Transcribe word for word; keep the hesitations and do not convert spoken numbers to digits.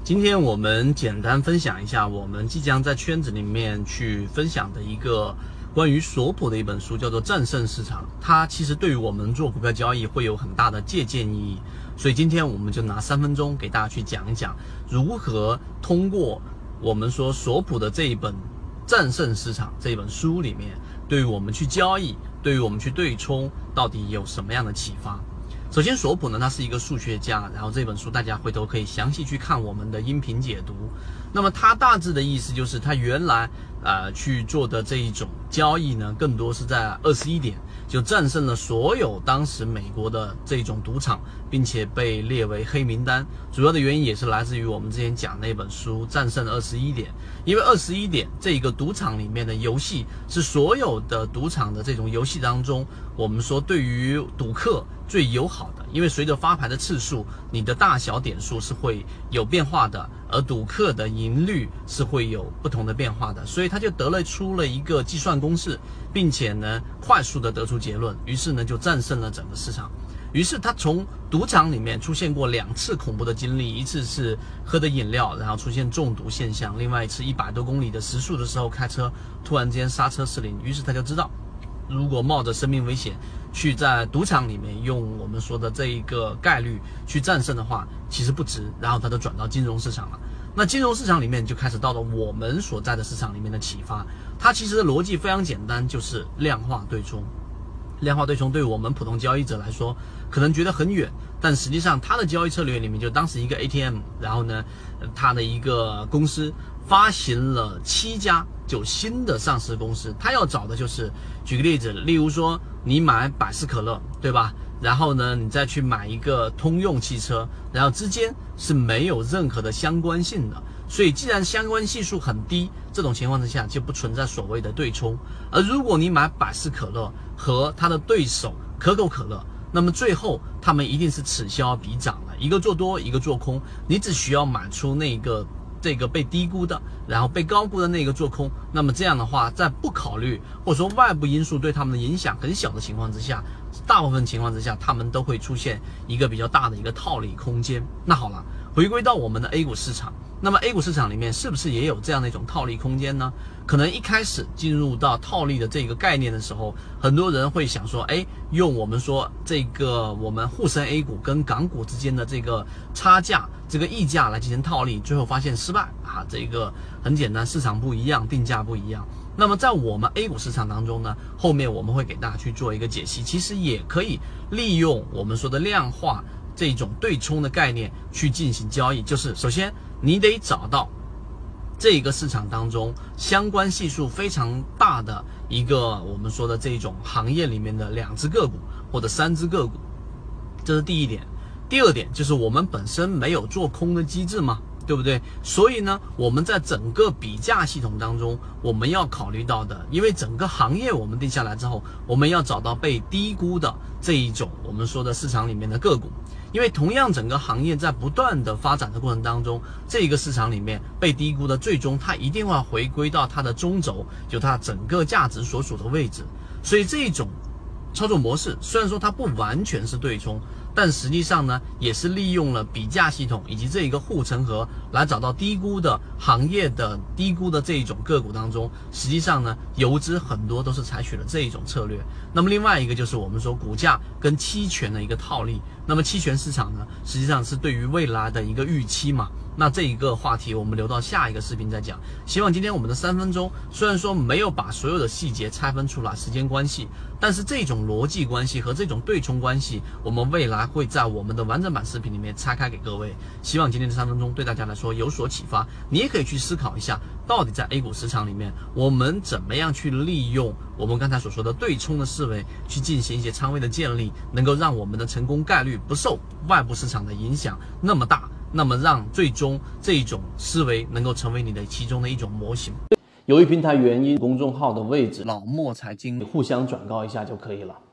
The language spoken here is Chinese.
今天我们简单分享一下我们即将在圈子里面去分享的一个关于索普的一本书，叫做《战胜市场》。它其实对于我们做股票交易会有很大的借鉴意义，所以今天我们就拿三分钟给大家去讲一讲，如何通过我们说索普的这一本《战胜市场》这一本书里面，对于我们去交易，对于我们去对冲，到底有什么样的启发。首先，索普呢，他是一个数学家，然后这本书大家回头可以详细去看我们的音频解读。那么他大致的意思就是，他原来呃去做的这一种交易呢，更多是在二十一点就战胜了所有当时美国的这种赌场，并且被列为黑名单。主要的原因也是来自于我们之前讲那本书《战胜二十一点》，因为二十一点这个赌场里面的游戏是所有的赌场的这种游戏当中，我们说对于赌客最友好的，因为随着发牌的次数，你的大小点数是会有变化的，而赌客的赢率是会有不同的变化的，所以他就得了出了一个计算公式，并且呢快速的得出结论，于是呢就战胜了整个市场。于是他从赌场里面出现过两次恐怖的经历，一次是喝的饮料然后出现中毒现象，另外一次一百多公里的时速的时候开车突然间刹车失灵，于是他就知道，如果冒着生命危险去在赌场里面用我们说的这一个概率去战胜的话，其实不值，然后他就转到金融市场了。那金融市场里面就开始到了我们所在的市场里面的启发，它其实的逻辑非常简单，就是量化对冲。量化对冲对我们普通交易者来说可能觉得很远，但实际上它的交易策略里面，就当时一个 A T M， 然后呢它的一个公司发行了七家就新的上市公司，它要找的就是举个例子，例如说你买百事可乐，对吧？然后呢你再去买一个通用汽车，然后之间是没有任何的相关性的，所以既然相关系数很低，这种情况之下就不存在所谓的对冲。而如果你买百事可乐和它的对手可口可乐，那么最后他们一定是此消彼长的，一个做多一个做空，你只需要买出那个这个被低估的，然后被高估的那个做空，那么这样的话，在不考虑或者说外部因素对他们的影响很小的情况之下，大部分情况之下他们都会出现一个比较大的一个套利空间。那好了，回归到我们的 A 股市场，那么 A 股市场里面是不是也有这样的一种套利空间呢？可能一开始进入到套利的这个概念的时候，很多人会想说，哎，用我们说这个我们沪深 A 股跟港股之间的这个差价，这个溢价来进行套利，最后发现失败啊，这个很简单，市场不一样，定价不一样。那么在我们 A 股市场当中呢，后面我们会给大家去做一个解析，其实也可以利用我们说的量化这种对冲的概念去进行交易。就是首先你得找到这个市场当中相关系数非常大的一个我们说的这种行业里面的两只个股或者三只个股，这是第一点。第二点就是我们本身没有做空的机制嘛，对不对？所以呢，我们在整个比价系统当中，我们要考虑到的，因为整个行业我们定下来之后，我们要找到被低估的这一种我们说的市场里面的个股。因为同样整个行业在不断的发展的过程当中，这个市场里面被低估的，最终它一定会回归到它的中轴，就它整个价值所属的位置。所以这种操作模式虽然说它不完全是对冲，但实际上呢，也是利用了比价系统以及这一个护城河来找到低估的行业的低估的这一种个股当中，实际上呢，游资很多都是采取了这一种策略。那么另外一个就是我们说股价跟期权的一个套利。那么期权市场呢，实际上是对于未来的一个预期嘛。那这一个话题我们留到下一个视频再讲。希望今天我们的三分钟虽然说没有把所有的细节拆分出来，时间关系，但是这种逻辑关系和这种对冲关系，我们未来会在我们的完整版视频里面拆开给各位。希望今天的三分钟对大家来说有所启发，你也可以去思考一下，到底在 A 股市场里面，我们怎么样去利用我们刚才所说的对冲的思维，去进行一些仓位的建立，能够让我们的成功概率不受外部市场的影响那么大，那么让最终这一种思维能够成为你的其中的一种模型。由于平台原因，公众号的位置老莫财经互相转告一下就可以了。